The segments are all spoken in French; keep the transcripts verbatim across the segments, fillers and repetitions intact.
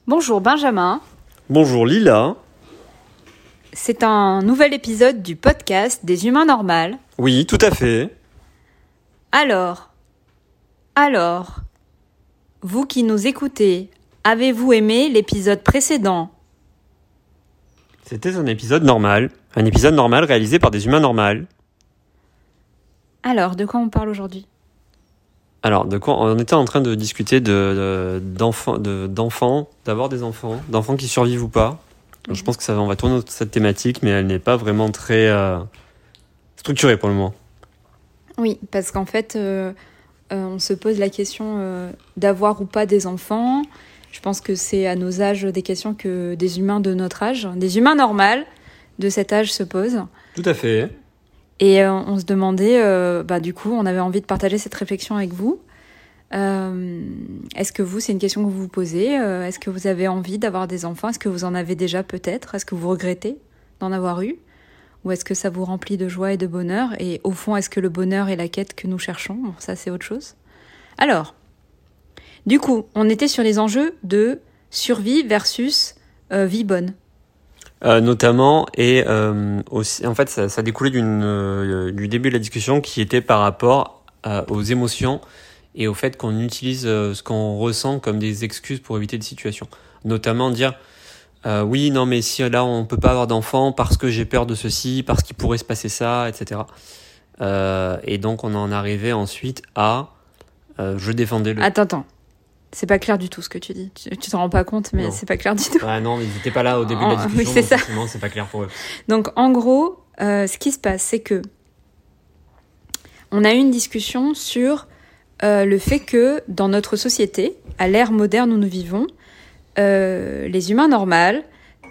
Bonjour Benjamin. Bonjour Lila. C'est un nouvel épisode du podcast des humains normaux. Oui, tout à fait. Alors, alors, vous qui nous écoutez, avez-vous aimé l'épisode précédent ? C'était un épisode normal. Un épisode normal réalisé par des humains normaux. Alors, de quoi on parle aujourd'hui ? Alors, de quoi on était en train de discuter de, de, d'enfants, de, d'enfants, d'avoir des enfants, d'enfants qui survivent ou pas. Donc, je pense que ça, on va tourner autour de cette thématique, mais elle n'est pas vraiment très euh, structurée pour le moment. Oui, parce qu'en fait, euh, euh, on se pose la question euh, d'avoir ou pas des enfants. Je pense que c'est à nos âges des questions que des humains de notre âge, des humains normaux de cet âge se posent. Tout à fait. Et euh, on se demandait, euh, bah, du coup, on avait envie de partager cette réflexion avec vous. Euh, est-ce que vous, c'est une question que vous vous posez ? euh, Est-ce que vous avez envie d'avoir des enfants ? Est-ce que vous en avez déjà peut-être ? Est-ce que vous regrettez d'en avoir eu ? Ou est-ce que ça vous remplit de joie et de bonheur ? Et au fond, est-ce que le bonheur est la quête que nous cherchons ? Bon, ça, c'est autre chose. Alors, du coup, on était sur les enjeux de survie versus euh, vie bonne. Euh, notamment, et euh, aussi, en fait, ça, ça découlait d'une, euh, du début de la discussion qui était par rapport euh, aux émotions et au fait qu'on utilise euh, ce qu'on ressent comme des excuses pour éviter des situations. Notamment dire euh, oui, non, mais si là on peut pas avoir d'enfant parce que j'ai peur de ceci, parce qu'il pourrait se passer ça, et cetera. Euh, et donc on en arrivait ensuite à euh, je défendais le. Attends, attends. C'est pas clair du tout ce que tu dis. Tu, tu t'en rends pas compte, mais Non. c'est pas clair du tout. Ah non, mais ils n'étaient pas là au début de la Oh, discussion, oui, c'est donc ça. forcément c'est pas clair pour eux. Donc en gros, euh, ce qui se passe, c'est que on a eu une discussion sur euh, le fait que dans notre société, à l'ère moderne où nous vivons, euh, les humains normaux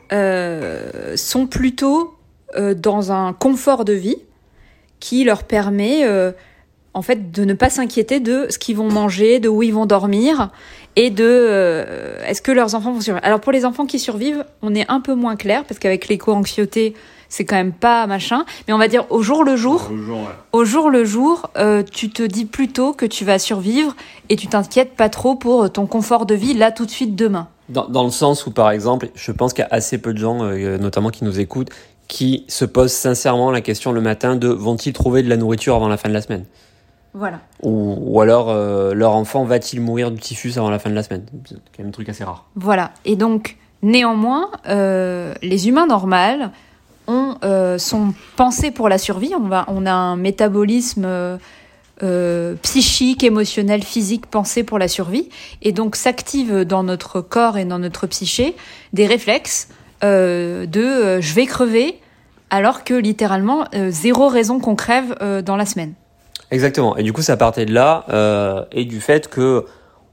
euh, sont plutôt euh, dans un confort de vie qui leur permet euh, en fait de ne pas s'inquiéter de ce qu'ils vont manger, de où ils vont dormir et de euh, est-ce que leurs enfants vont survivre. Alors pour les enfants qui survivent, on est un peu moins clair parce qu'avec l'éco-anxiété, c'est quand même pas machin, mais on va dire au jour le jour, Au jour, ouais. au jour le jour, euh, tu te dis plutôt que tu vas survivre et tu t'inquiètes pas trop pour ton confort de vie là tout de suite demain. Dans, dans le sens où, par exemple, je pense qu'il y a assez peu de gens, euh, notamment qui nous écoutent, qui se posent sincèrement la question le matin de vont-ils trouver de la nourriture avant la fin de la semaine ? Voilà. Ou, ou alors, euh, leur enfant va-t-il mourir du typhus avant la fin de la semaine ? C'est quand même un truc assez rare. Voilà. Et donc, néanmoins, euh, les humains normaux ont, euh, sont pensés pour la survie. On, va, on a un métabolisme euh, euh, psychique, émotionnel, physique pensé pour la survie. Et donc, s'activent dans notre corps et dans notre psyché des réflexes euh, de euh, « je vais crever » alors que littéralement, euh, zéro raison qu'on crève euh, dans la semaine. Exactement. Et du coup, ça partait de là euh, et du fait que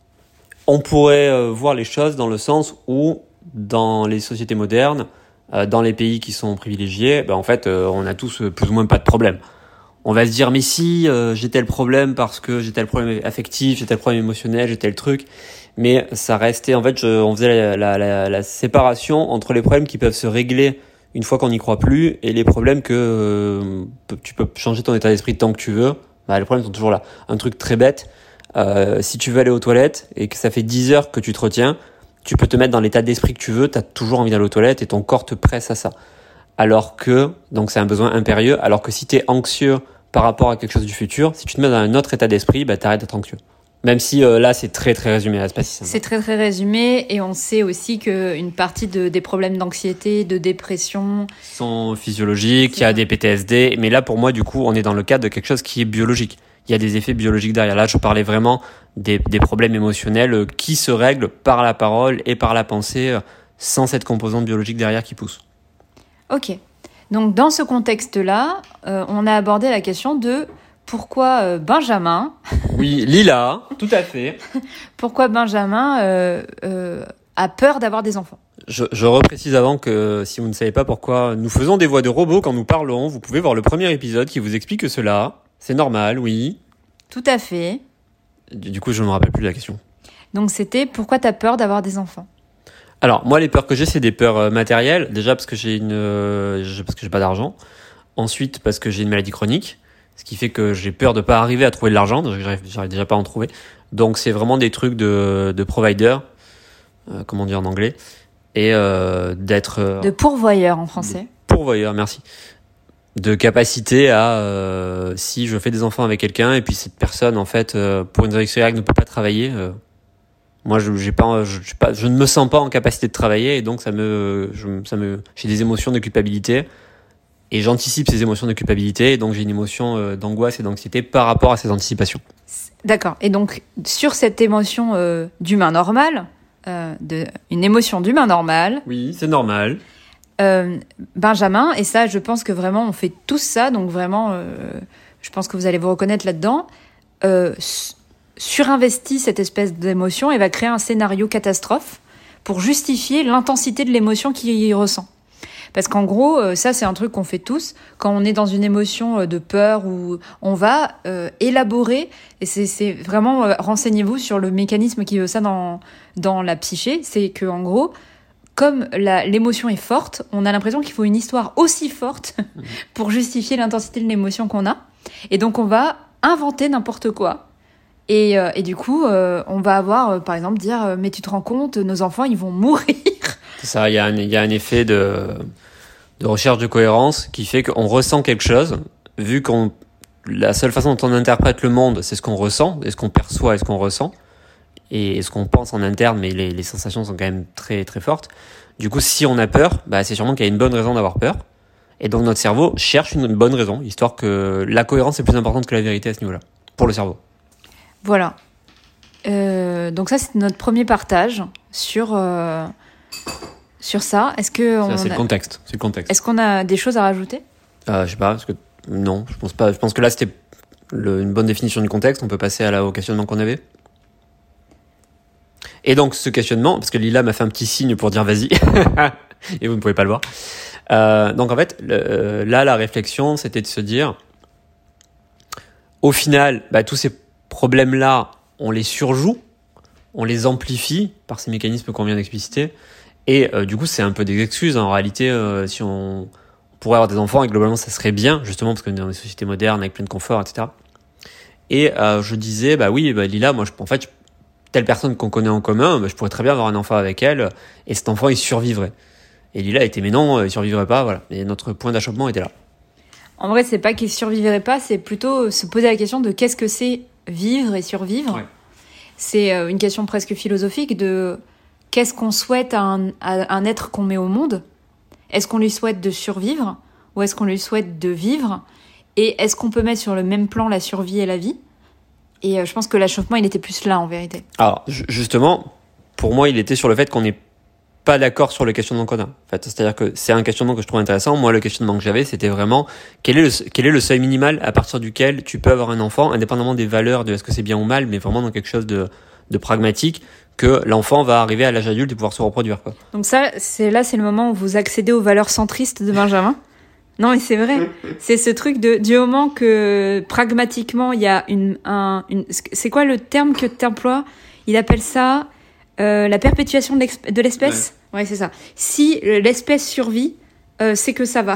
on pourrait euh, voir les choses dans le sens où, dans les sociétés modernes, euh, dans les pays qui sont privilégiés, ben en fait, euh, on a tous euh, plus ou moins pas de problème. On va se dire, mais si, euh, j'ai tel problème parce que j'ai tel problème affectif, j'ai tel problème émotionnel, j'ai tel truc. Mais ça restait, en fait, je, on faisait la, la, la, la séparation entre les problèmes qui peuvent se régler une fois qu'on n'y croit plus et les problèmes que euh, tu peux changer ton état d'esprit tant que tu veux. Bah, les problèmes sont toujours là. Un truc très bête, euh, si tu veux aller aux toilettes et que ça fait dix heures que tu te retiens, tu peux te mettre dans l'état d'esprit que tu veux, tu as toujours envie d'aller aux toilettes et ton corps te presse à ça. Alors que, donc c'est un besoin impérieux, alors que si tu es anxieux par rapport à quelque chose du futur, si tu te mets dans un autre état d'esprit, bah, t'arrêtes d'être anxieux. Même si euh, là, c'est très très résumé, là, c'est pas si simple. C'est très très résumé et on sait aussi qu'une partie de, des problèmes d'anxiété, de dépression... sont physiologiques, il y a des P T S D, mais là pour moi du coup on est dans le cadre de quelque chose qui est biologique. Il y a des effets biologiques derrière. Là je parlais vraiment des, des problèmes émotionnels qui se règlent par la parole et par la pensée sans cette composante biologique derrière qui pousse. Ok, donc dans ce contexte-là, euh, on a abordé la question de pourquoi euh, Benjamin... Oui, Lila, tout à fait. Pourquoi Benjamin euh, euh, a peur d'avoir des enfants. Je, je reprécise avant que si vous ne savez pas pourquoi nous faisons des voix de robots quand nous parlons, vous pouvez voir le premier épisode qui vous explique cela. C'est normal, oui. Tout à fait. Du, du coup, je ne me rappelle plus de la question. Donc c'était pourquoi tu as peur d'avoir des enfants ? Alors, moi, les peurs que j'ai, c'est des peurs euh, matérielles. Déjà parce que j'ai une, euh, parce que j'ai pas d'argent. Ensuite, parce que j'ai une maladie chronique. Ce qui fait que j'ai peur de pas arriver à trouver de l'argent. Donc j'arrive, j'arrive déjà pas à en trouver. Donc c'est vraiment des trucs de, de provider. euh, comme on dit en anglais, et euh, d'être... Euh, de pourvoyeur en français. De pourvoyeur, merci. De capacité à, euh, si je fais des enfants avec quelqu'un, et puis cette personne, en fait, euh, pour une raison ne peut pas travailler, euh, moi, je, j'ai pas, je, je, pas, je ne me sens pas en capacité de travailler, et donc ça me, je, ça me, j'ai des émotions de culpabilité, et j'anticipe ces émotions de culpabilité, et donc j'ai une émotion euh, d'angoisse et d'anxiété par rapport à ces anticipations. D'accord. Et donc, sur cette émotion euh, d'humain normal, euh, de, une émotion d'humain normal. Oui, c'est normal. Euh, Benjamin, et ça, je pense que vraiment, on fait tous ça, donc vraiment, euh, je pense que vous allez vous reconnaître là-dedans, euh, surinvestit cette espèce d'émotion et va créer un scénario catastrophe pour justifier l'intensité de l'émotion qu'il ressent. Parce qu'en gros, euh, ça c'est un truc qu'on fait tous, quand on est dans une émotion euh, de peur, où on va euh, élaborer, et c'est, c'est vraiment, euh, renseignez-vous sur le mécanisme qui veut ça dans, dans la psyché, c'est que en gros, comme la, l'émotion est forte, on a l'impression qu'il faut une histoire aussi forte pour justifier l'intensité de l'émotion qu'on a, et donc on va inventer n'importe quoi. Et, euh, et du coup, euh, on va avoir, euh, par exemple, dire euh, « Mais tu te rends compte, nos enfants, ils vont mourir !» C'est ça, il y a un, il y a un effet de, de recherche de cohérence qui fait qu'on ressent quelque chose, vu qu'on la seule façon dont on interprète le monde, c'est ce qu'on ressent, et ce qu'on perçoit et ce qu'on ressent, et ce qu'on pense en interne, mais les, les sensations sont quand même très très fortes. Du coup, si on a peur, bah, c'est sûrement qu'il y a une bonne raison d'avoir peur. Et donc notre cerveau cherche une bonne raison, histoire que la cohérence est plus importante que la vérité à ce niveau-là, pour le cerveau. Voilà. Euh, donc ça, c'est notre premier partage sur, euh, sur ça. Est-ce que on ça, c'est a... le contexte. C'est le contexte. Est-ce qu'on a des choses à rajouter ? euh, Je sais pas, parce que non, je pense pas. Je pense que là, c'était le, une bonne définition du contexte. On peut passer à la, au questionnement qu'on avait. Et donc, ce questionnement, parce que Lila m'a fait un petit signe pour dire vas-y, et vous ne pouvez pas le voir. Euh, donc, en fait, le, là, la réflexion, c'était de se dire, au final, bah, tous ces problèmes-là, on les surjoue, on les amplifie par ces mécanismes qu'on vient d'expliciter, et euh, du coup, c'est un peu des excuses. En réalité, euh, si on, on pourrait avoir des enfants, et globalement, ça serait bien, justement, parce qu'on est dans des sociétés modernes, avec plein de confort, et cetera. Et euh, je disais, bah oui, bah, Lila, moi, je, en fait, je, telle personne qu'on connaît en commun, bah, je pourrais très bien avoir un enfant avec elle, et cet enfant, il survivrait. Et Lila était, mais non, il survivrait pas, voilà. Et notre point d'achoppement était là. En vrai, c'est pas qu'il survivrait pas, c'est plutôt se poser la question de qu'est-ce que c'est vivre et survivre. Ouais. C'est une question presque philosophique de qu'est-ce qu'on souhaite à un, à un être qu'on met au monde ? Est-ce qu'on lui souhaite de survivre ou est-ce qu'on lui souhaite de vivre ? Et est-ce qu'on peut mettre sur le même plan la survie et la vie ? Et je pense que l'achoppement, il était plus là, en vérité. Alors, justement, pour moi, il était sur le fait qu'on n'est pas d'accord sur le questionnement qu'on a. En fait, c'est-à-dire que c'est un questionnement que je trouve intéressant. Moi, le questionnement que j'avais, c'était vraiment quel est le, quel est le seuil minimal à partir duquel tu peux avoir un enfant, indépendamment des valeurs de est-ce que c'est bien ou mal, mais vraiment dans quelque chose de, de pragmatique, que l'enfant va arriver à l'âge adulte et pouvoir se reproduire, quoi. Donc ça, c'est là, c'est le moment où vous accédez aux valeurs centristes de Benjamin. Non, mais c'est vrai. C'est ce truc de, du moment que, pragmatiquement, il y a une, un, une, c'est quoi le terme que tu emploies ? Il appelle ça, euh, la perpétuation de, de l'espèce. Ouais. ouais, c'est ça. Si l'espèce survit, euh, c'est que ça va.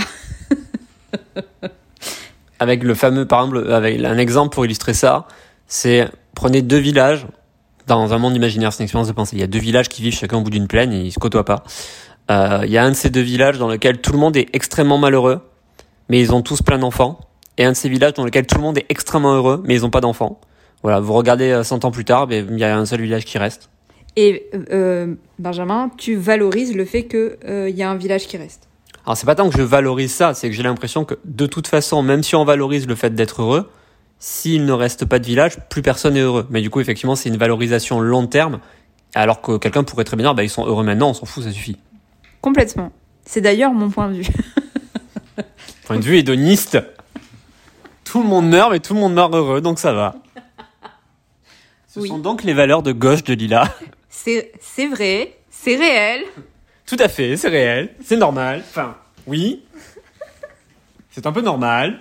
Avec le fameux, par exemple, avec un exemple pour illustrer ça, c'est, prenez deux villages, dans un monde imaginaire, c'est une expérience de pensée. Il y a deux villages qui vivent chacun au bout d'une plaine et ils se côtoient pas. Euh, il y a un de ces deux villages dans lequel tout le monde est extrêmement malheureux, mais ils ont tous plein d'enfants. Et un de ces villages dans lequel tout le monde est extrêmement heureux, mais ils ont pas d'enfants. Voilà, vous regardez cent ans plus tard, ben, il y a un seul village qui reste. Et euh, Benjamin, tu valorises le fait qu'il euh, y a un village qui reste. Alors c'est pas tant que je valorise ça, c'est que j'ai l'impression que de toute façon, même si on valorise le fait d'être heureux, s'il ne reste pas de village, plus personne n'est heureux. Mais du coup, effectivement, c'est une valorisation long terme, alors que quelqu'un pourrait très bien dire, bah, ils sont heureux maintenant, on s'en fout, ça suffit. Complètement. C'est d'ailleurs mon point de vue. Point de vue hédoniste. Tout le monde meurt, mais tout le monde meurt heureux, donc ça va. Ce oui. sont donc les valeurs de gauche de Lila. C'est, c'est vrai, c'est réel. Tout à fait, c'est réel, c'est normal. Enfin, oui. C'est un peu normal.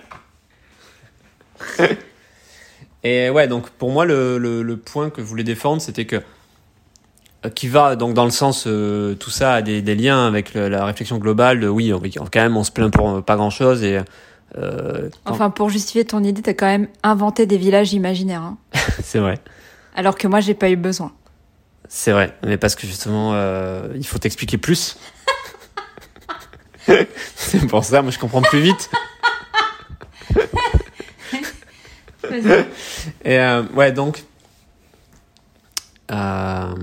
Et ouais, donc pour moi, le, le, le point que je voulais défendre, c'était que qui va donc dans le sens euh, tout ça a des, des liens avec le, la réflexion globale de oui, on, quand même on se plaint pour pas grand chose et euh, quand... enfin pour justifier ton idée, t'as quand même inventé des villages imaginaires. Hein. C'est vrai. Alors que moi, j'ai pas eu besoin. C'est vrai, mais parce que justement, euh, il faut t'expliquer plus. C'est pour ça, moi je comprends plus vite. Et euh, ouais, donc, euh,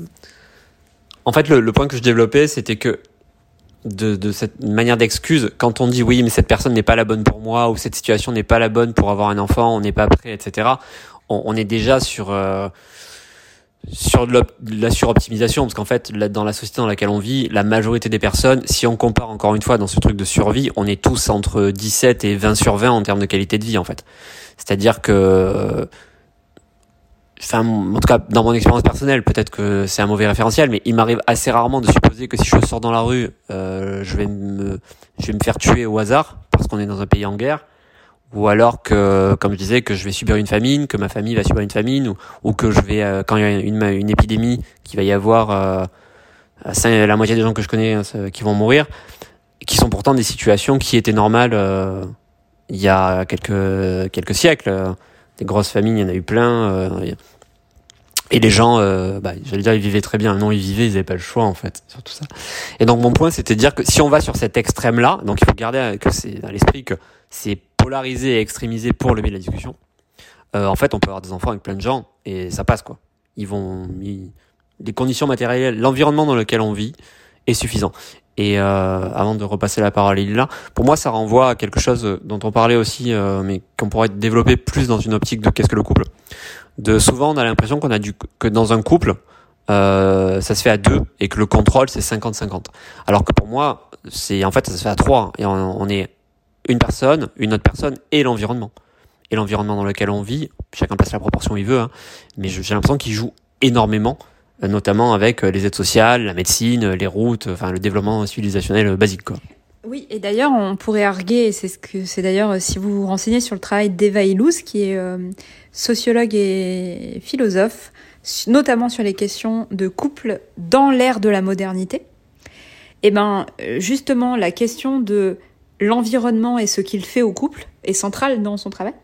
en fait, le, le point que je développais, c'était que de, de cette manière d'excuse, quand on dit oui, mais cette personne n'est pas la bonne pour moi, ou cette situation n'est pas la bonne pour avoir un enfant, on n'est pas prêt, et cetera. On, on est déjà sur euh, sur de la suroptimisation, parce qu'en fait, là, dans la société dans laquelle on vit, la majorité des personnes, si on compare encore une fois dans ce truc de survie, on est tous entre dix-sept et vingt sur vingt en termes de qualité de vie, en fait. C'est-à-dire que, enfin, en tout cas, dans mon expérience personnelle, peut-être que c'est un mauvais référentiel, mais il m'arrive assez rarement de supposer que si je sors dans la rue, euh, je vais me, je vais me faire tuer au hasard, parce qu'on est dans un pays en guerre, ou alors que, comme je disais, que je vais subir une famine, que ma famille va subir une famine, ou, ou que je vais, euh, quand il y a une, une épidémie, qu'il va y avoir, euh, la moitié des gens que je connais euh, qui vont mourir, qui sont pourtant des situations qui étaient normales, euh, il y a quelques, quelques siècles. Des grosses famines, il y en a eu plein, euh, et les gens, euh, bah, j'allais dire, ils vivaient très bien. Non, ils vivaient, ils n'avaient pas le choix, en fait, sur tout ça. Et donc, mon point, c'était de dire que si on va sur cet extrême-là, donc il faut garder que c'est à l'esprit que c'est polarisé et extrémisé pour lever la discussion. Euh, en fait, on peut avoir des enfants avec plein de gens, et ça passe, quoi. Ils vont, ils, les conditions matérielles, l'environnement dans lequel on vit est suffisant. Et euh, avant de repasser la parole à Lila, pour moi, ça renvoie à quelque chose dont on parlait aussi, euh, mais qu'on pourrait développer plus dans une optique de qu'est-ce que le couple. De souvent, on a l'impression qu'on a du que dans un couple, euh, ça se fait à deux et que le contrôle c'est cinquante cinquante. Alors que pour moi, c'est en fait ça se fait à trois et on, on est une personne, une autre personne et l'environnement. Et l'environnement dans lequel on vit, chacun place la proportion où il veut, hein, mais j'ai l'impression qu'il joue énormément, notamment avec les aides sociales, la médecine, les routes, enfin le développement civilisationnel basique, quoi. Oui, et d'ailleurs, on pourrait arguer, et c'est ce que c'est d'ailleurs si vous vous renseignez sur le travail d'Eva Illouz, qui est euh, sociologue et philosophe, notamment sur les questions de couple dans l'ère de la modernité. Et ben, justement, la question de l'environnement et ce qu'il fait au couple est centrale dans son travail.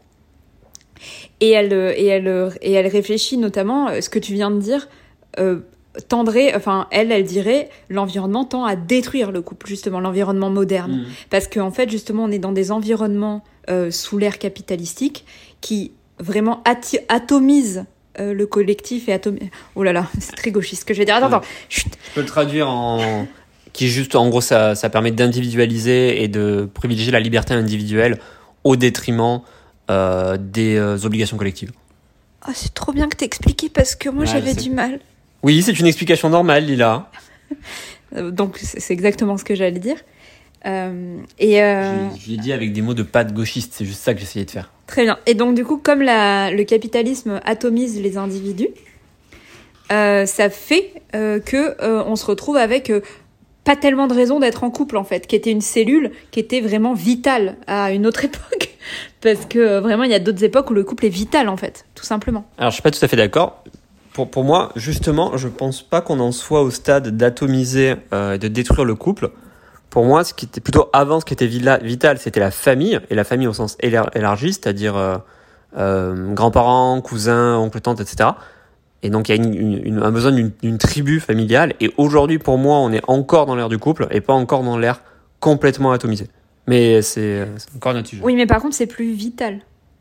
Et elle, et elle, et elle réfléchit notamment, ce que tu viens de dire, euh, tendrait, enfin, elle, elle dirait, l'environnement tend à détruire le couple, justement, l'environnement moderne. Mmh. Parce qu'en fait, justement, on est dans des environnements euh, sous l'ère capitalistique qui vraiment ati- atomisent euh, le collectif et atomisent... Oh là là, c'est très gauchiste ce que je vais dire. Attends, ouais. attends. Chut. Je peux le traduire en... qui juste, en gros, ça, ça permet d'individualiser et de privilégier la liberté individuelle au détriment euh, des euh, obligations collectives. Oh, c'est trop bien que t'aies expliqué parce que moi, ouais, j'avais du mal. Oui, c'est une explication normale, Lila. Donc, c'est exactement ce que j'allais dire. Euh, et euh... Je, je l'ai dit avec des mots de patte gauchiste, c'est juste ça que j'essayais de faire. Très bien. Et donc, du coup, comme la, le capitalisme atomise les individus, euh, ça fait euh, que euh, on se retrouve avec euh, pas tellement de raisons d'être en couple, en fait, qui était une cellule qui était vraiment vitale à une autre époque. Parce que euh, vraiment, il y a d'autres époques où le couple est vital, en fait, tout simplement. Alors, je suis pas tout à fait d'accord. Pour, pour moi, justement, je pense pas qu'on en soit au stade d'atomiser euh, et de détruire le couple. Pour moi, ce qui était plutôt avant, ce qui était vila, vital, c'était la famille, et la famille au sens élargi, c'est-à-dire euh, euh, grands-parents, cousins, oncles, tantes, et cetera. Et donc, il y a une, une, une, un besoin d'une, d'une tribu familiale. Et aujourd'hui, pour moi, on est encore dans l'ère du couple et pas encore dans l'ère complètement atomisée. Mais c'est, c'est encore notre sujet. Oui, mais par contre, c'est plus vital.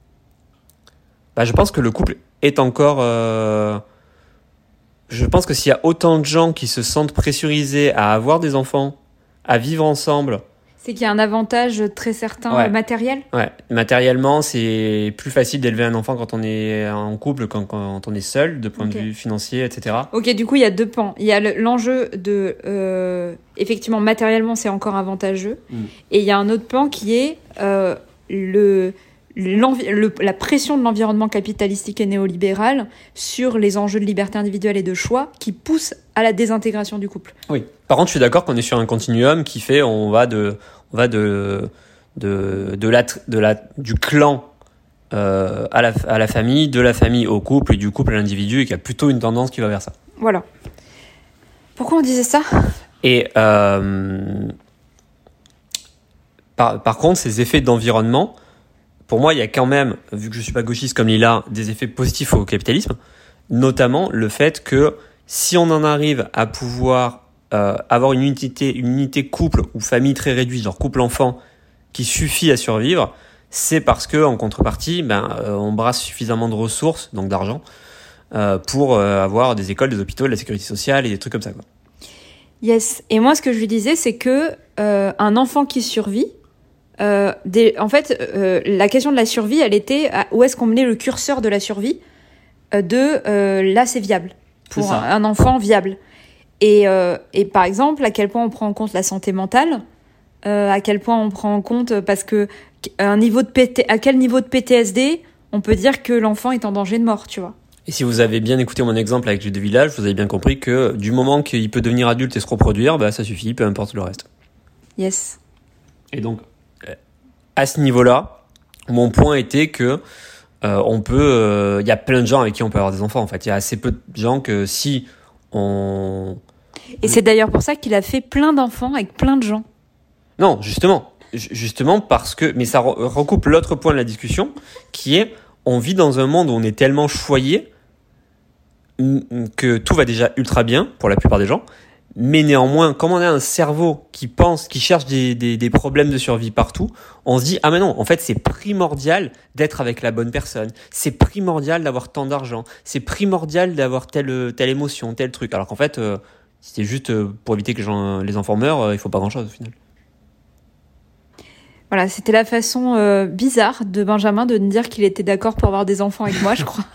Bah, je pense que le couple est encore... Euh, je pense que s'il y a autant de gens qui se sentent pressurisés à avoir des enfants, à vivre ensemble... C'est qu'il y a un avantage très certain ouais. matériel. Ouais, matériellement, c'est plus facile d'élever un enfant quand on est en couple qu'en quand on est seul, de point okay. de vue financier, et cetera. Ok, du coup, il y a deux pans. Il y a l'enjeu de... Euh, effectivement, matériellement, c'est encore avantageux. Mm. Et il y a un autre pan qui est euh, le... Le, la pression de l'environnement capitalistique et néolibéral sur les enjeux de liberté individuelle et de choix qui poussent à la désintégration du couple. Oui. Par contre, je suis d'accord qu'on est sur un continuum qui fait on va de on va de de de la de la du clan euh, à la à la famille, de la famille au couple et du couple à l'individu et qu'il y a plutôt une tendance qui va vers ça. Voilà. Pourquoi on disait ça ? Et euh, par par contre, ces effets d'environnement, pour moi, il y a quand même, vu que je suis pas gauchiste comme Lila, des effets positifs au capitalisme, notamment le fait que Si on en arrive à pouvoir euh, avoir une unité, une unité couple ou famille très réduite, genre couple-enfant, qui suffit à survivre, c'est parce que en contrepartie, ben, euh, on brasse suffisamment de ressources, donc d'argent, euh, pour euh, avoir des écoles, des hôpitaux, de la sécurité sociale et des trucs comme ça, quoi. Yes. Et moi, ce que je lui disais, c'est que euh, un enfant qui survit, euh, des, en fait, euh, la question de la survie, elle était à, où est-ce qu'on menait le curseur de la survie euh, de euh, là, c'est viable pour C'est ça. un, un enfant viable. Et, euh, et par exemple, à quel point on prend en compte la santé mentale, euh, à quel point on prend en compte parce que un niveau de P T, à quel niveau de P T S D on peut dire que l'enfant est en danger de mort, tu vois. Et si vous avez bien écouté mon exemple avec Jeux de village, vous avez bien compris que du moment qu'il peut devenir adulte et se reproduire, bah, ça suffit, peu importe le reste. Yes. Et donc, à ce niveau-là, mon point était que euh, on peut, il euh, y a plein de gens avec qui on peut avoir des enfants. En fait, il y a assez peu de gens que si on. Et c'est d'ailleurs pour ça qu'il a fait plein d'enfants avec plein de gens. Non, justement, justement parce que, mais ça re- recoupe l'autre point de la discussion, qui est, on vit dans un monde où on est tellement choyé que tout va déjà ultra bien pour la plupart des gens. Mais néanmoins, comme on a un cerveau qui pense, qui cherche des, des, des problèmes de survie partout, on se dit, ah mais non, en fait, c'est primordial d'être avec la bonne personne. C'est primordial d'avoir tant d'argent. C'est primordial d'avoir telle, telle émotion, tel truc. Alors qu'en fait, euh, c'était juste euh, pour éviter que les, gens, les enfants meurent, euh, il faut pas grand chose au final. Voilà, c'était la façon euh, bizarre de Benjamin de me dire qu'il était d'accord pour avoir des enfants avec moi, je crois.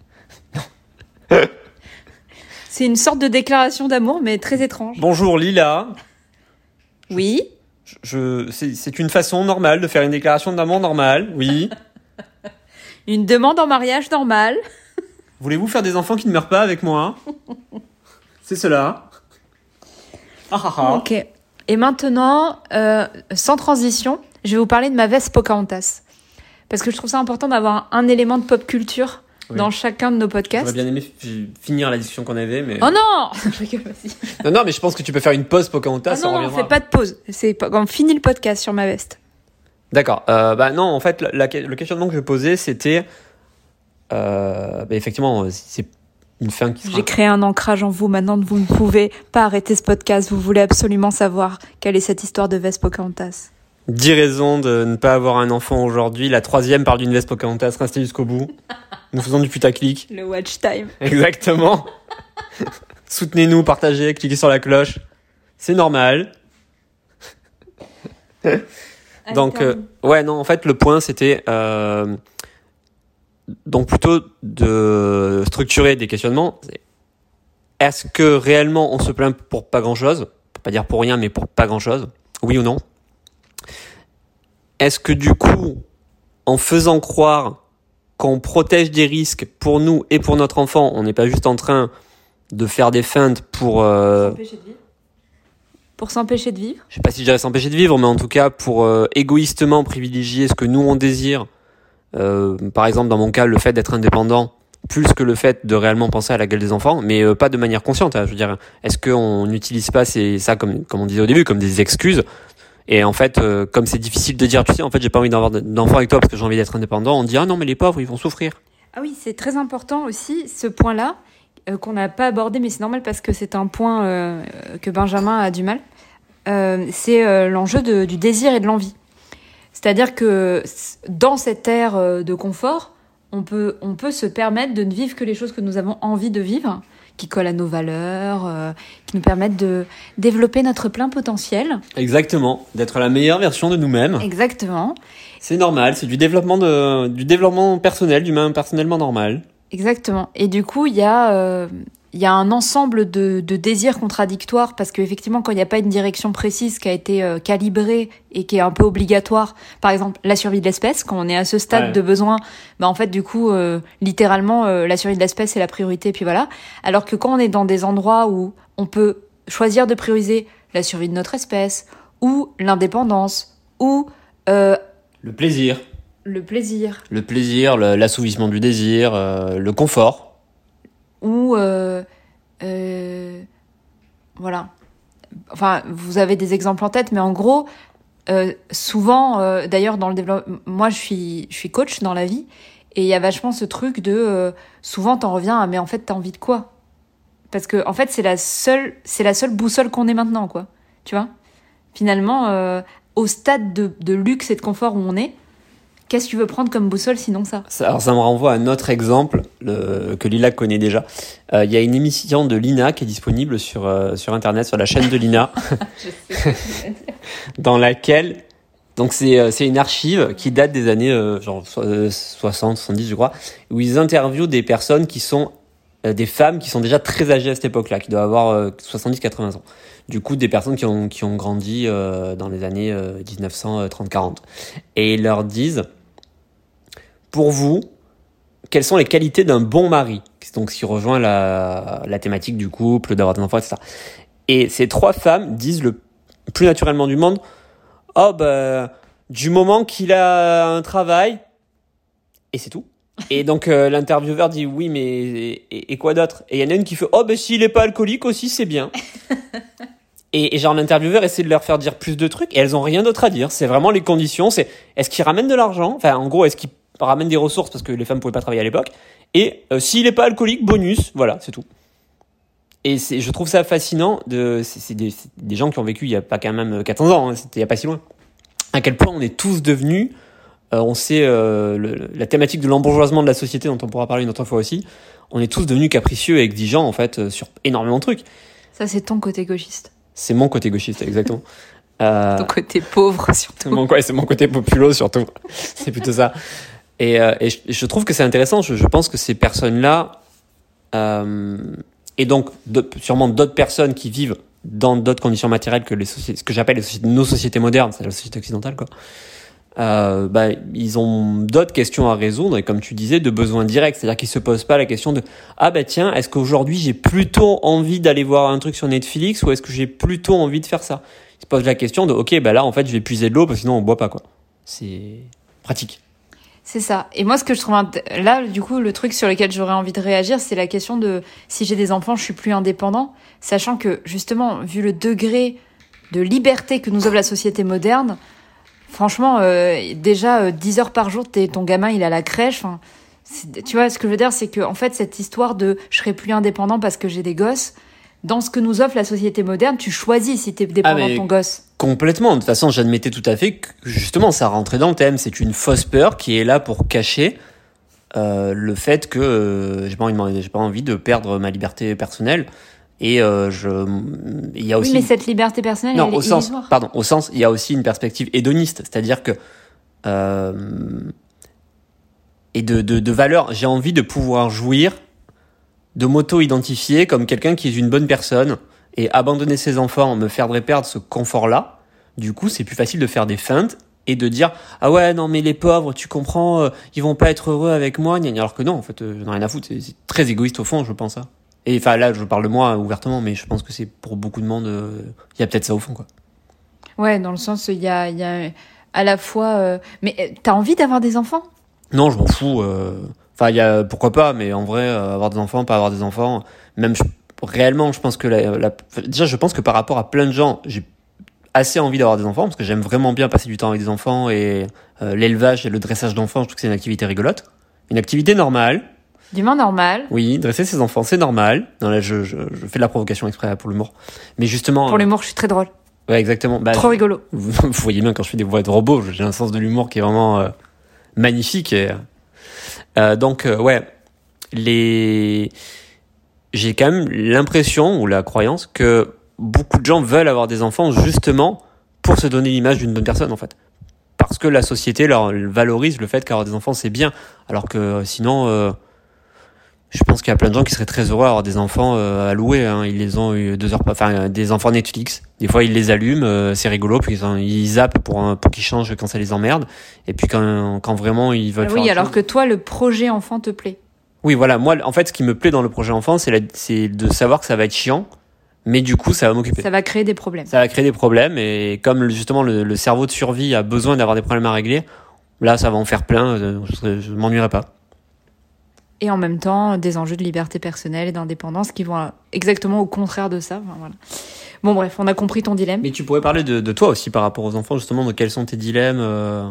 C'est une sorte de déclaration d'amour, mais très étrange. Bonjour Lila. Oui. Je, je, c'est, c'est une façon normale de faire une déclaration d'amour normale, oui. Une demande en mariage normale. Voulez-vous faire des enfants qui ne meurent pas avec moi? C'est cela. Ah, ah, ah. Ok. Et maintenant, euh, sans transition, je vais vous parler de ma veste Pocahontas. Parce que je trouve ça important d'avoir un élément de pop culture oui. dans chacun de nos podcasts. J'aurais bien aimé f- finir la discussion qu'on avait, mais... Oh non Vas-y. Non, non, mais je pense que tu peux faire une pause Pocahontas. Ah non, non, fais pas de pause. C'est pas... On finit le podcast sur ma veste. D'accord. Euh, bah non, en fait, la, la, le questionnement que je posais, c'était... Euh, bah effectivement, c'est une fin qui sera... J'ai créé un ancrage en vous. Maintenant, vous ne pouvez pas arrêter ce podcast. Vous voulez absolument savoir quelle est cette histoire de veste Pocahontas. dix raisons de ne pas avoir un enfant aujourd'hui. La troisième parle d'une veste Pocahontas. Restez jusqu'au bout. Nous faisons du putaclic. Le watch time. Exactement. Soutenez-nous, partagez, cliquez sur la cloche. C'est normal. Donc, euh, ouais, non, en fait, le point, c'était... Euh, donc, plutôt de structurer des questionnements. Est-ce que réellement, on se plaint pour pas grand-chose? Pas dire pour rien, mais pour pas grand-chose. Oui ou non? Est-ce que du coup, en faisant croire qu'on protège des risques pour nous et pour notre enfant, on n'est pas juste en train de faire des feintes pour... Euh, s'empêcher de vivre. Pour s'empêcher de vivre. Je sais pas si je dirais s'empêcher de vivre, mais en tout cas pour euh, égoïstement privilégier ce que nous on désire. Euh, par exemple, dans mon cas, le fait d'être indépendant, plus que le fait de réellement penser à la gueule des enfants, mais euh, pas de manière consciente. Hein, je veux dire, est-ce qu'on n'utilise pas ces, ça, comme, comme on disait au début, comme des excuses? Et en fait, euh, comme c'est difficile de dire, tu sais, en fait, j'ai pas envie d'avoir d'enfant avec toi parce que j'ai envie d'être indépendant, on dit, ah non, mais les pauvres, ils vont souffrir. Ah oui, c'est très important aussi, ce point-là, euh, qu'on n'a pas abordé, mais c'est normal parce que c'est un point euh, que Benjamin a du mal. Euh, c'est euh, l'enjeu de, du désir et de l'envie. C'est-à-dire que dans cette ère euh, de confort, on peut, on peut se permettre de ne vivre que les choses que nous avons envie de vivre, qui collent à nos valeurs, euh, qui nous permettent de développer notre plein potentiel. Exactement, d'être la meilleure version de nous-mêmes. Exactement. C'est normal, c'est du développement de, du développement personnel, du même personnellement normal. Exactement. Et du coup, il y a, euh, il y a un ensemble de, de désirs contradictoires parce qu'effectivement, quand il n'y a pas une direction précise qui a été euh, calibrée et qui est un peu obligatoire, par exemple la survie de l'espèce, quand on est à ce stade ouais. de besoin, bah en fait du coup, euh, littéralement, euh, la survie de l'espèce est la priorité, et puis voilà. Alors que quand on est dans des endroits où on peut choisir de prioriser la survie de notre espèce ou l'indépendance ou euh, le plaisir. Le plaisir. Le plaisir, le, l'assouvissement du désir, euh, le confort. Ou, euh, euh, voilà. Enfin, vous avez des exemples en tête, mais en gros, euh, souvent, euh, d'ailleurs, dans le développement, moi, je suis, je suis coach dans la vie, et il y a vachement ce truc de, euh, souvent, t'en reviens à, mais en fait, t'as envie de quoi? parce que en fait c'est la seule, c'est la seule boussole qu'on ait maintenant, quoi. Tu vois. Finalement, euh, au stade de, de luxe et de confort où on est, qu'est-ce que tu veux prendre comme boussole sinon ça ? Ça, alors ça me renvoie à un autre exemple le, que Lila connaît déjà. Il euh, y a une émission de Lina qui est disponible sur, euh, sur Internet, sur la chaîne de Lina, Je sais ce que tu veux dire. dans laquelle... Donc c'est, c'est une archive qui date des années euh, genre soixante, soixante-dix je crois, où ils interviewent des personnes qui sont... Euh, des femmes qui sont déjà très âgées à cette époque-là, qui doivent avoir euh, soixante-dix à quatre-vingts ans. Du coup, des personnes qui ont, qui ont grandi euh, dans les années euh, dix-neuf cent trente quarante. Et ils leur disent... Pour vous, quelles sont les qualités d'un bon mari ? Donc, ce qui rejoint la, la thématique du couple, d'avoir des enfants, et cetera. Et ces trois femmes disent le plus naturellement du monde, « Oh, ben, du moment qu'il a un travail, et c'est tout. » Et donc, euh, l'intervieweur dit, « Oui, mais et, et quoi d'autre ?» Et il y en a une qui fait, « Oh, ben, s'il est pas alcoolique aussi, c'est bien. » Et, et genre, l'intervieweur essaie de leur faire dire plus de trucs, et elles ont rien d'autre à dire. C'est vraiment les conditions, c'est est-ce qu'il ramène de l'argent ? Enfin, en gros, est-ce qu'il ramène des ressources parce que les femmes pouvaient pas travailler à l'époque, et euh, s'il est pas alcoolique, bonus, voilà, c'est tout. Et c'est, je trouve ça fascinant, de, c'est, c'est, des, c'est des gens qui ont vécu il y a pas quand même quatre cents ans, hein, c'était il y a pas si loin, à quel point on est tous devenus, euh, on sait euh, le, la thématique de l'embourgeoisement de la société dont on pourra parler une autre fois aussi, on est tous devenus capricieux et exigeants en fait sur énormément de trucs. Ça c'est ton côté gauchiste. C'est mon côté gauchiste, exactement. euh, ton côté pauvre surtout. Mon, ouais, c'est mon côté populo surtout, c'est plutôt ça. Et, euh, et je, je trouve que c'est intéressant. Je, je pense que ces personnes-là, euh, et donc sûrement d'autres personnes qui vivent dans d'autres conditions matérielles que les sociétés, ce que j'appelle les sociétés, nos sociétés modernes, c'est la société occidentale, quoi. Euh, bah, ils ont d'autres questions à résoudre, et comme tu disais, de besoins directs. C'est-à-dire qu'ils se posent pas la question de ah bah tiens, est-ce qu'aujourd'hui j'ai plutôt envie d'aller voir un truc sur Netflix ou est-ce que j'ai plutôt envie de faire ça ? Ils se posent la question de ok bah là en fait je vais puiser de l'eau parce que sinon on boit pas, quoi. C'est pratique. C'est ça. Et moi, ce que je trouve int- là, du coup, le truc sur lequel j'aurais envie de réagir, c'est la question de si j'ai des enfants, je suis plus indépendant, sachant que justement, vu le degré de liberté que nous offre la société moderne, franchement, euh, déjà euh, dix heures par jour, t'es, ton gamin, il est à la crèche. Enfin, tu vois, ce que je veux dire, c'est que en fait, cette histoire de je serai plus indépendant parce que j'ai des gosses. Dans ce que nous offre la société moderne, tu choisis si t'es dépendant ah de ton gosse. Complètement. De toute façon, j'admettais tout à fait que justement, ça rentrait dans le thème. C'est une fausse peur qui est là pour cacher euh, le fait que euh, j'ai pas envie de, j'ai pas envie de perdre ma liberté personnelle. Et euh, je, il y a aussi. Oui, mais cette liberté personnelle, non, elle au est sens, illusoire. Pardon, au sens, il y a aussi une perspective hédoniste, c'est-à-dire que euh, et de, de, de valeur. J'ai envie de pouvoir jouir, de m'auto-identifier comme quelqu'un qui est une bonne personne et abandonner ses enfants me ferait perdre ce confort-là. Du coup, c'est plus facile de faire des feintes et de dire ah ouais non mais les pauvres, tu comprends, euh, ils vont pas être heureux avec moi, alors que non, en fait, euh, j'en ai rien à foutre. C'est, c'est très égoïste au fond, je pense ça. Et enfin là, je parle de moi ouvertement, mais je pense que c'est pour beaucoup de monde, il euh, y a peut-être ça au fond, quoi. Ouais, dans le sens il y a, il y a à la fois, euh... mais t'as envie d'avoir des enfants ? Non, je m'en fous. Euh... Enfin, il y a pourquoi pas, mais en vrai, euh, avoir des enfants, pas avoir des enfants, même je, réellement, je pense que la, la, déjà, je pense que par rapport à plein de gens, j'ai assez envie d'avoir des enfants parce que j'aime vraiment bien passer du temps avec des enfants et euh, l'élevage et le dressage d'enfants, je trouve que c'est une activité rigolote, une activité normale. Du moins normal. Oui, dresser ses enfants, c'est normal. Non, là, je, je, je fais de la provocation exprès pour l'humour, mais justement. Pour l'humour, je suis très drôle. Ouais, exactement. Bah, trop rigolo. Vous, vous voyez bien quand je fais des voix de robots, j'ai un sens de l'humour qui est vraiment euh, magnifique et. Euh, donc euh, ouais, les, j'ai quand même l'impression ou la croyance que beaucoup de gens veulent avoir des enfants justement pour se donner l'image d'une bonne personne en fait, parce que la société leur valorise le fait qu'avoir des enfants c'est bien, alors que sinon, euh, je pense qu'il y a plein de gens qui seraient très heureux d'avoir des enfants euh, à louer. Hein. Ils les ont eu deux heures, enfin des enfants Netflix. Des fois ils les allument, euh, c'est rigolo, puis ils, ils zappent pour pour qu'ils changent quand ça les emmerde. Et puis quand quand vraiment ils veulent. Ah faire oui, alors chose. que toi le projet enfant te plaît. Oui, voilà. Moi, en fait, ce qui me plaît dans le projet enfant, c'est la, c'est de savoir que ça va être chiant, mais du coup, ça va m'occuper. Ça va créer des problèmes. Ça va créer des problèmes, et comme justement le, le cerveau de survie a besoin d'avoir des problèmes à régler, là, ça va en faire plein. Je, je m'ennuierai pas. Et en même temps, des enjeux de liberté personnelle et d'indépendance qui vont exactement au contraire de ça. Enfin, voilà. Bon, bref, on a compris ton dilemme. Mais tu pourrais parler de, de toi aussi par rapport aux enfants, justement, de quels sont tes dilemmes euh...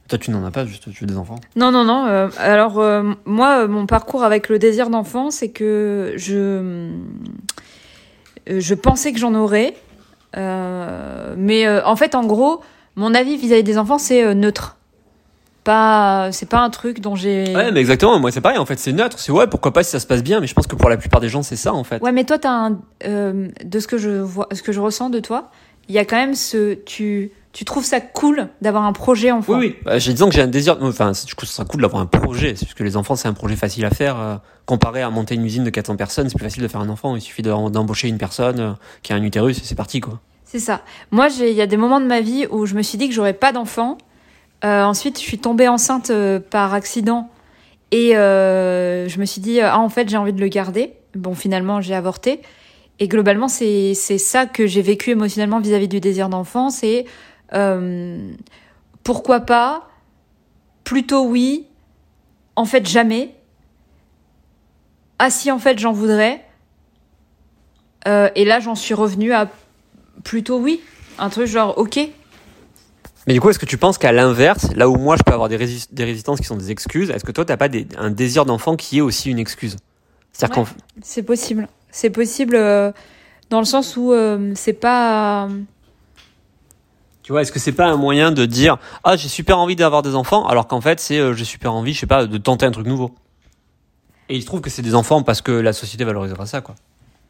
Toi, tu n'en as pas, juste tu veux des enfants. Non, non, non. Euh, alors, euh, moi, mon parcours avec le désir d'enfant, c'est que je, je pensais que j'en aurais. Euh, mais euh, en fait, en gros, mon avis vis-à-vis des enfants, c'est euh, neutre. Pas, c'est pas un truc dont j'ai... Ouais, mais exactement. Moi, c'est pareil. En fait, c'est neutre. C'est ouais, pourquoi pas si ça se passe bien. Mais je pense que pour la plupart des gens, c'est ça, en fait. Ouais, mais toi, t'as un... Euh, de ce que je vois, ce que je ressens de toi, il y a quand même ce... Tu... Tu trouves ça cool d'avoir un projet enfant? Oui, oui. Bah, j'ai disons que j'ai un désir. Enfin, du coup, ça sera cool d'avoir un projet. C'est parce que les enfants, c'est un projet facile à faire. Euh, comparé à monter une usine de quatre cents personnes, c'est plus facile de faire un enfant. Il suffit d'em- d'embaucher une personne euh, qui a un utérus et c'est parti, quoi. C'est ça. Moi, j'ai, il y a des moments de ma vie où je me suis dit que j'aurais pas d'enfant. Euh, ensuite, je suis tombée enceinte euh, par accident et euh, je me suis dit ah en fait j'ai envie de le garder. Bon, finalement, j'ai avorté. Et globalement, c'est c'est ça que j'ai vécu émotionnellement vis-à-vis du désir d'enfant. C'est Euh, pourquoi pas, plutôt oui, en fait jamais, ah si en fait j'en voudrais, euh, et là j'en suis revenue à plutôt oui, un truc genre ok. Mais du coup, est-ce que tu penses qu'à l'inverse, là où moi je peux avoir des, résis- des résistances qui sont des excuses, est-ce que toi t'as pas des, un désir d'enfant qui est aussi une excuse? C'est-à-dire Ouais, qu'en c'est possible, c'est possible euh, dans le sens où euh, c'est pas... Tu vois, est-ce que c'est pas un moyen de dire ah j'ai super envie d'avoir des enfants alors qu'en fait c'est euh, j'ai super envie je sais pas de tenter un truc nouveau. Et il se trouve que c'est des enfants parce que la société valorisera ça quoi.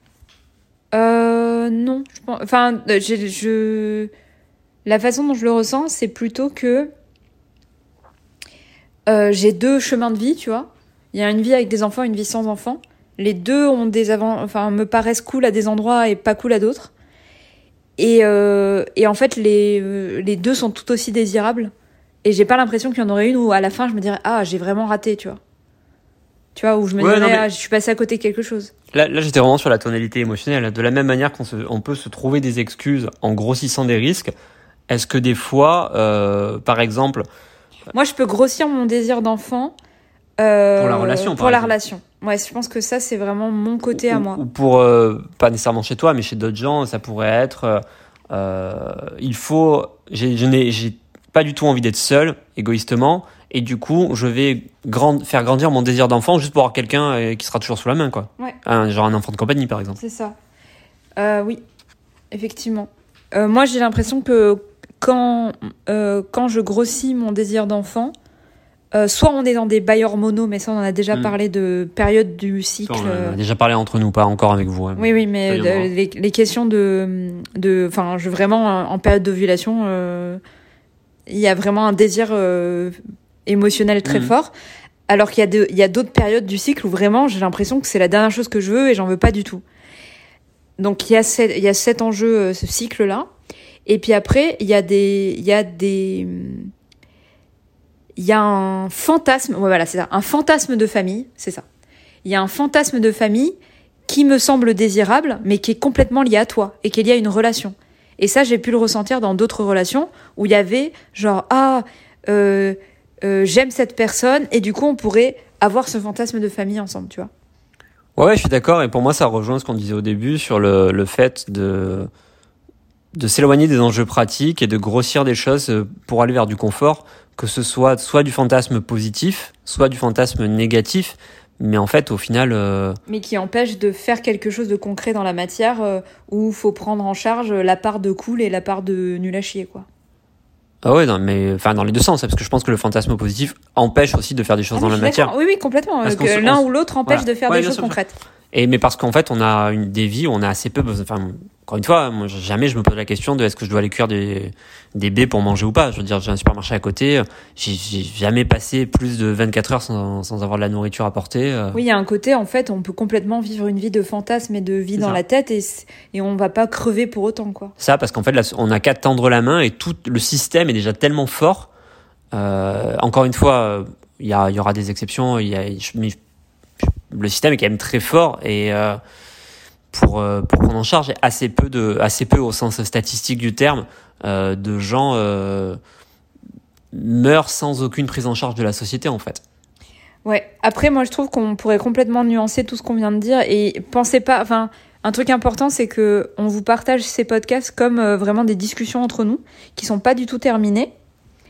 Euh, non, je pense... Enfin, euh, j'ai- je... La façon dont je le ressens, c'est plutôt que euh, j'ai deux chemins de vie, tu vois. Il y a une vie avec des enfants, une vie sans enfants. Les deux ont des avant... enfin, me paraissent cool à des endroits et pas cool à d'autres. Et, euh, et en fait, les, euh, les deux sont tout aussi désirables. Et j'ai pas l'impression qu'il y en aurait une où à la fin je me dirais ah j'ai vraiment raté, tu vois. Tu vois, où je me Ouais, dirais non, mais- ah je suis passée à côté de quelque chose. Là, là j'étais vraiment sur la tonalité émotionnelle. De la même manière qu'on se, on peut se trouver des excuses en grossissant des risques, est-ce que des fois, euh, par exemple, Moi, je peux grossir mon désir d'enfant euh, Pour la relation, par Pour la exemple. relation. Ouais, je pense que ça c'est vraiment mon côté à ou, moi. ou pour euh, pas nécessairement chez toi, mais chez d'autres gens, ça pourrait être euh, euh, il faut, j'ai, je n'ai, j'ai pas du tout envie d'être seul, égoïstement, et du coup, je vais grand, faire grandir mon désir d'enfant juste pour avoir quelqu'un euh, qui sera toujours sous la main, quoi. Ouais. Un, genre un enfant de compagnie, par exemple. C'est ça. Euh, oui, effectivement. Euh, moi, j'ai l'impression que quand, euh, quand je grossis mon désir d'enfant, euh, soit on est dans des bails hormonaux, mais ça, on en a déjà Mm. parlé de période du cycle. Ça, on en a déjà parlé entre nous, pas encore avec vous. hein. Oui, oui, mais Soyons de- les, les questions de, de, enfin, je vraiment en période d'ovulation, euh, il y a vraiment un désir euh, émotionnel très Mhm. fort, alors qu'il y a de- il y a d'autres périodes du cycle où vraiment j'ai l'impression que c'est la dernière chose que je veux et j'en veux pas du tout. Donc il y a cet, il y a cet enjeu, euh, ce cycle-là, et puis après il y a des, il y a des, il y a un fantasme, ouais, voilà, c'est ça, un fantasme de famille, c'est ça. Il y a un fantasme de famille qui me semble désirable, mais qui est complètement lié à toi et qui est lié à une relation. Et ça, j'ai pu le ressentir dans d'autres relations où il y avait genre ah euh, euh, j'aime cette personne et du coup on pourrait avoir ce fantasme de famille ensemble, tu vois. Ouais, ouais, je suis d'accord. Et pour moi, ça rejoint ce qu'on disait au début sur le, le fait de, de s'éloigner des enjeux pratiques et de grossir des choses euh, pour aller vers du confort, que ce soit soit du fantasme positif, soit du fantasme négatif. Mais en fait, au final, euh, Mais qui empêche de faire quelque chose de concret dans la matière euh, où il faut prendre en charge la part de cool et la part de nul à chier, quoi. ah ouais, non, mais enfin dans les deux sens, hein, parce que je pense que le fantasme positif empêche aussi de faire des choses Ah, dans mais la je suis matière. d'accord. Oui, oui, complètement. Parce euh, qu'on que se- l'un on se- ou l'autre empêche voilà. de faire Ouais, des bien choses sûr, bien sûr. concrètes. Et mais parce qu'en fait, on a une des vies où on a assez peu besoin. Enfin, encore une fois, moi, jamais je me pose la question de est-ce que je dois aller cuire des des baies pour manger ou pas. Je veux dire, j'ai un supermarché à côté. J'ai, j'ai jamais passé plus de vingt-quatre heures sans sans avoir de la nourriture à porter. euh. Oui, il y a un côté, en fait, on peut complètement vivre une vie de fantasme et de vie C'est dans ça. la tête et, c- et on va pas crever pour autant, quoi. Ça, parce qu'en fait, là, on n'a qu'à tendre la main et tout le système est déjà tellement fort. Euh, encore une fois, il y, a, il y aura des exceptions. Il y a, je- mais le système est quand même très fort et euh, pour euh, pour prendre en charge assez peu de assez peu au sens statistique du terme euh, de gens euh, meurent sans aucune prise en charge de la société en fait. Ouais. Après, moi, je trouve qu'on pourrait complètement nuancer tout ce qu'on vient de dire et pensez pas. Enfin, un truc important, c'est que on vous partage ces podcasts comme euh, vraiment des discussions entre nous qui sont pas du tout terminées.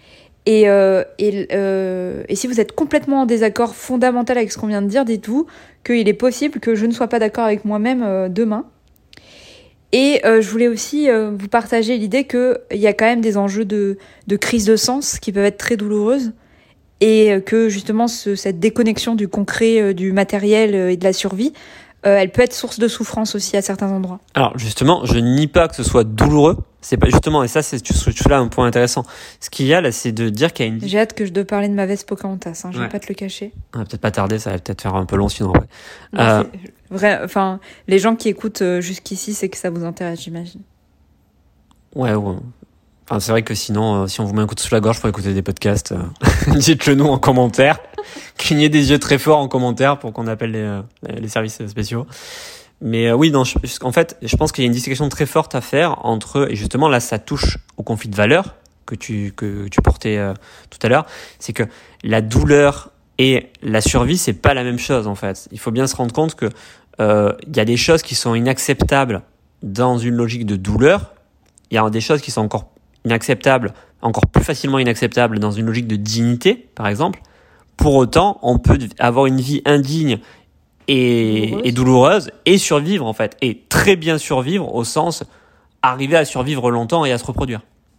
Et, euh, et, euh, et si vous êtes complètement en désaccord fondamental avec ce qu'on vient de dire, dites-vous qu'il est possible que je ne sois pas d'accord avec moi-même euh, demain. Et euh, je voulais aussi euh, vous partager l'idée qu'il y a quand même des enjeux de, de crise de sens qui peuvent être très douloureuses et que justement ce, cette déconnexion du concret, euh, du matériel euh, et de la survie, euh, elle peut être source de souffrance aussi à certains endroits. Alors justement, je nie pas que ce soit douloureux. C'est pas justement, et ça c'est tu tu là un point intéressant. Ce qu'il y a là, c'est de dire qu'il y a une. J'ai hâte que je de parler de ma veste Pocahontas. Hein, je ouais. vais pas te le cacher. On va peut-être pas tarder, ça va peut-être faire un peu long sinon. Ouais. Non, Euh... vrai, enfin, les gens qui écoutent jusqu'ici, c'est que ça vous intéresse, j'imagine. Ouais, ouais. Enfin, c'est vrai que sinon, euh, si on vous met un coup de sous la gorge pour écouter des podcasts, euh, dites-le nous en commentaire. Clignez des yeux très forts en commentaire pour qu'on appelle les, euh, les services spéciaux. Mais euh, oui, non, je, en fait, je pense qu'il y a une distinction très forte à faire entre, et justement là, ça touche au conflit de valeurs que tu que tu portais euh, tout à l'heure, c'est que la douleur et la survie, c'est pas la même chose en fait. Il faut bien se rendre compte que euh, il y a des choses qui sont inacceptables dans une logique de douleur. Il y a des choses qui sont encore inacceptables, encore plus facilement inacceptables dans une logique de dignité, par exemple. Pour autant, on peut avoir une vie indigne et douloureuse. et douloureuse et survivre en fait, et très bien survivre au sens arriver à survivre longtemps et à se reproduire.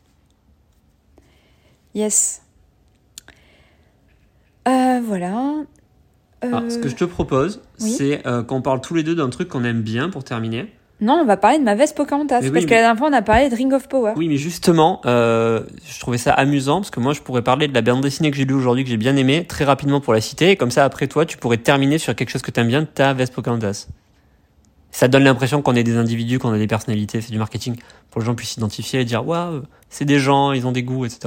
Yes. Euh, voilà. Euh... Alors, ce que je te propose, oui. c'est euh, qu'on parle tous les deux d'un truc qu'on aime bien pour terminer. Non, on va parler de ma veste Pocahontas, mais parce oui, que mais... la dernière fois, on a parlé de Ring of Power. Oui, mais justement, euh, je trouvais ça amusant, parce que moi, je pourrais parler de la bande dessinée que j'ai lue aujourd'hui, que j'ai bien aimée, très rapidement pour la citer, et comme ça, après toi, tu pourrais terminer sur quelque chose que t'aimes bien, ta veste Pocahontas. Ça donne l'impression qu'on est des individus, qu'on a des personnalités, c'est du marketing, pour que les gens puissent s'identifier et dire « Waouh, c'est des gens, ils ont des goûts, et cetera »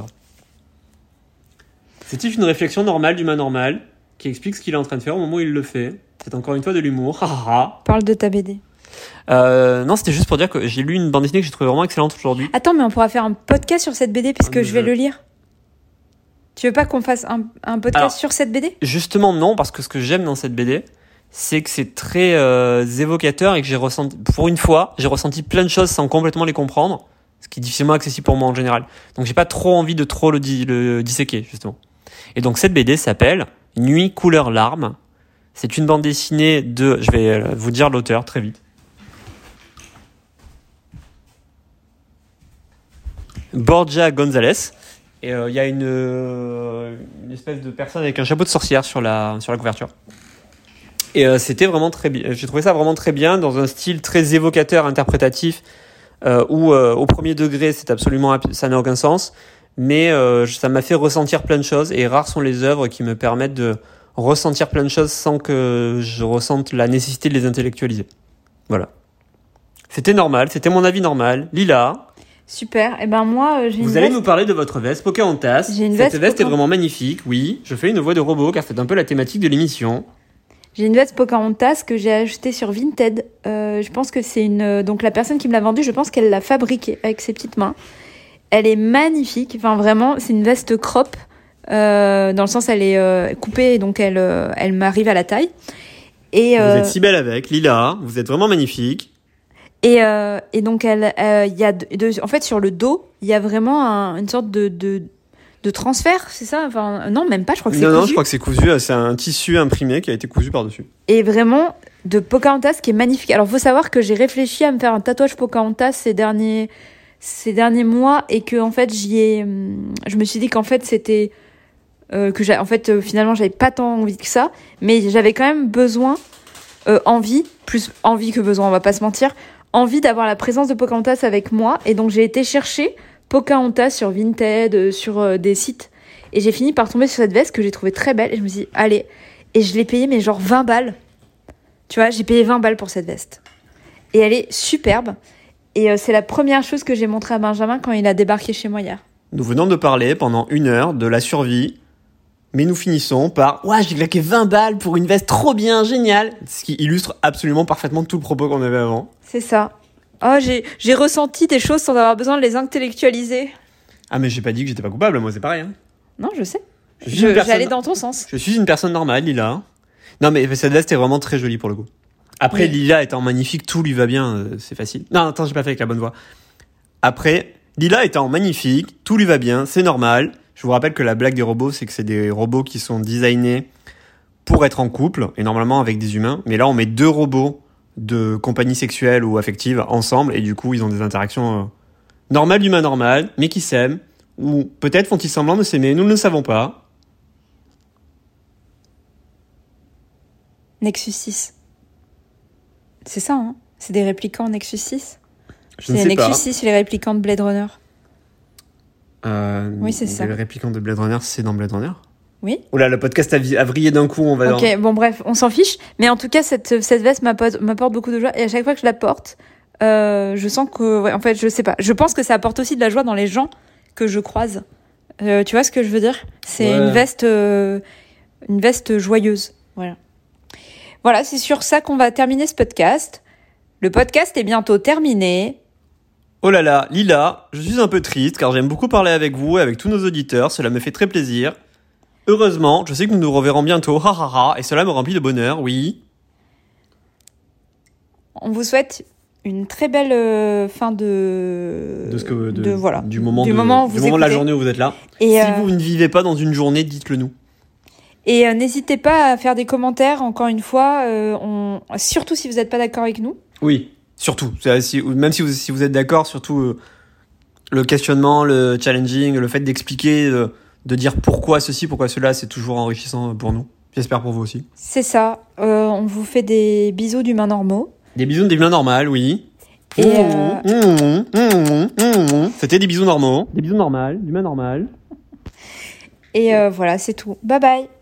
C'est une réflexion normale d'humain normal, qui explique ce qu'il est en train de faire au moment où il le fait. C'est encore une fois de l'humour. Parle de ta B D. Euh, non, c'était juste pour dire que j'ai lu une bande dessinée que j'ai trouvée vraiment excellente aujourd'hui. Attends, mais on pourra faire un podcast sur cette B D puisque ah, je vais le lire. Tu veux pas qu'on fasse un, un podcast Alors, sur cette B D ? Justement, non, parce que ce que j'aime dans cette B D, c'est que c'est très euh, évocateur et que j'ai ressenti, pour une fois, j'ai ressenti plein de choses sans complètement les comprendre, ce qui est difficilement accessible pour moi en général. Donc j'ai pas trop envie de trop le, di- le disséquer, justement. Et donc cette B D s'appelle Nuit couleur larmes. C'est une bande dessinée de, je vais vous dire l'auteur très vite. Borja González. Et il euh, y a une, euh, une espèce de personne avec un chapeau de sorcière sur la, sur la couverture. Et euh, c'était vraiment très bien. J'ai trouvé ça vraiment très bien, dans un style très évocateur, interprétatif, euh, où euh, au premier degré, c'est absolument, ça n'a aucun sens. Mais euh, ça m'a fait ressentir plein de choses. Et rares sont les œuvres qui me permettent de ressentir plein de choses sans que je ressente la nécessité de les intellectualiser. Voilà. C'était normal, c'était mon avis normal. Lila. Super. Et eh ben moi, j'ai une Vous veste... allez nous parler de votre veste Pocahontas. J'ai une Cette veste, veste Poca... est vraiment magnifique. Oui, je fais une voix de robot car c'est un peu la thématique de l'émission. J'ai une veste Pocahontas que j'ai achetée sur Vinted. Euh, je pense que c'est une... Donc la personne qui me l'a vendue, je pense qu'elle l'a fabriquée avec ses petites mains. Elle est magnifique. Enfin vraiment, c'est une veste crop. Euh, dans le sens, elle est euh, coupée et donc elle, euh, elle m'arrive à la taille. Et, euh... Vous êtes si belle avec, Lila. Vous êtes vraiment magnifique. Et, euh, et donc, elle, euh, y a de, de, en fait, sur le dos, il y a vraiment un, une sorte de, de, de transfert, c'est ça ? Enfin, non, même pas, je crois que c'est non, cousu. Non, non, je crois que c'est cousu, c'est un tissu imprimé qui a été cousu par-dessus. Et vraiment, de Pocahontas qui est magnifique. Alors, faut savoir que j'ai réfléchi à me faire un tatouage Pocahontas ces derniers, ces derniers mois et que, en fait, j'y ai, je me suis dit qu'en fait, c'était, euh, que j'ai, en fait, euh, finalement, j'avais pas tant envie que ça, mais j'avais quand même besoin, euh, envie, plus envie que besoin, on va pas se mentir, envie d'avoir la présence de Pocahontas avec moi. Et donc, j'ai été chercher Pocahontas sur Vinted, euh, sur euh, des sites. Et j'ai fini par tomber sur cette veste que j'ai trouvée très belle. Et je me suis dit, allez. Et je l'ai payée, mais genre vingt balles. Tu vois, j'ai payé vingt balles pour cette veste. Et elle est superbe. Et euh, c'est la première chose que j'ai montrée à Benjamin quand il a débarqué chez moi hier. Nous venons de parler pendant une heure de la survie. Mais nous finissons par « Ouah, j'ai claqué vingt balles pour une veste trop bien, géniale !» Ce qui illustre absolument parfaitement tout le propos qu'on avait avant. C'est ça. Oh, j'ai, j'ai ressenti des choses sans avoir besoin de les intellectualiser. Ah, mais j'ai pas dit que j'étais pas coupable, moi c'est pareil. Hein. Non, je sais. Je je, personne... J'allais dans ton sens. Je suis une personne normale, Lila. Non, mais cette veste est vraiment très jolie pour le coup. Après, oui. Lila étant magnifique, tout lui va bien, euh, c'est facile. Non, attends, j'ai pas fait avec la bonne voix. Après, Lila étant magnifique, tout lui va bien, c'est normal. Je vous rappelle que la blague des robots, c'est que c'est des robots qui sont designés pour être en couple, et normalement avec des humains. Mais là, on met deux robots de compagnie sexuelle ou affective ensemble, et du coup, ils ont des interactions euh, normales d'humains normales, mais qui s'aiment, ou peut-être font-ils semblant de s'aimer, nous ne le savons pas. Nexus six. C'est ça, hein? C'est des réplicants Nexus six? Je ne C'est sais Nexus pas. six, c'est les réplicants de Blade Runner. Euh, Oui, c'est ça. Le réplicant de Blade Runner, c'est dans Blade Runner? Oui. Oula, le podcast a, vi- a vrillé d'un coup, on va... Ok, dans... bon bref, on s'en fiche. Mais en tout cas, cette, cette veste m'apporte, m'apporte beaucoup de joie. Et à chaque fois que je la porte, euh, je sens que... Ouais, en fait, je sais pas. Je pense que ça apporte aussi de la joie dans les gens que je croise. Euh, tu vois ce que je veux dire? C'est Ouais. une veste... euh, une veste joyeuse. Voilà. Voilà, c'est sur ça qu'on va terminer ce podcast. Le podcast est bientôt terminé. Oh là là, Lila, je suis un peu triste car j'aime beaucoup parler avec vous et avec tous nos auditeurs, cela me fait très plaisir. Heureusement, je sais que nous nous reverrons bientôt, ha ha ha, et cela me remplit de bonheur, oui. On vous souhaite une très belle euh, fin de... De ce que, de, de- voilà. du moment, du de, moment où du vous moment de la écoutez. journée où vous êtes là. Et, si euh, vous ne vivez pas dans une journée, dites-le nous. Et euh, n'hésitez pas à faire des commentaires, encore une fois, euh, on... surtout si vous n'êtes pas d'accord avec nous. Oui, surtout. C'est- si- même si vous, si vous êtes d'accord, surtout euh, le questionnement, le challenging, le fait d'expliquer, de, de dire pourquoi ceci, pourquoi cela, c'est toujours enrichissant pour nous. J'espère pour vous aussi. C'est ça. Euh, on vous fait des bisous d'humains normaux. Des bisous des humains normales, oui. Et euh, C'était des bisous normaux. Des bisous normales, d'humains normales. Et euh, voilà, c'est tout. Bye bye.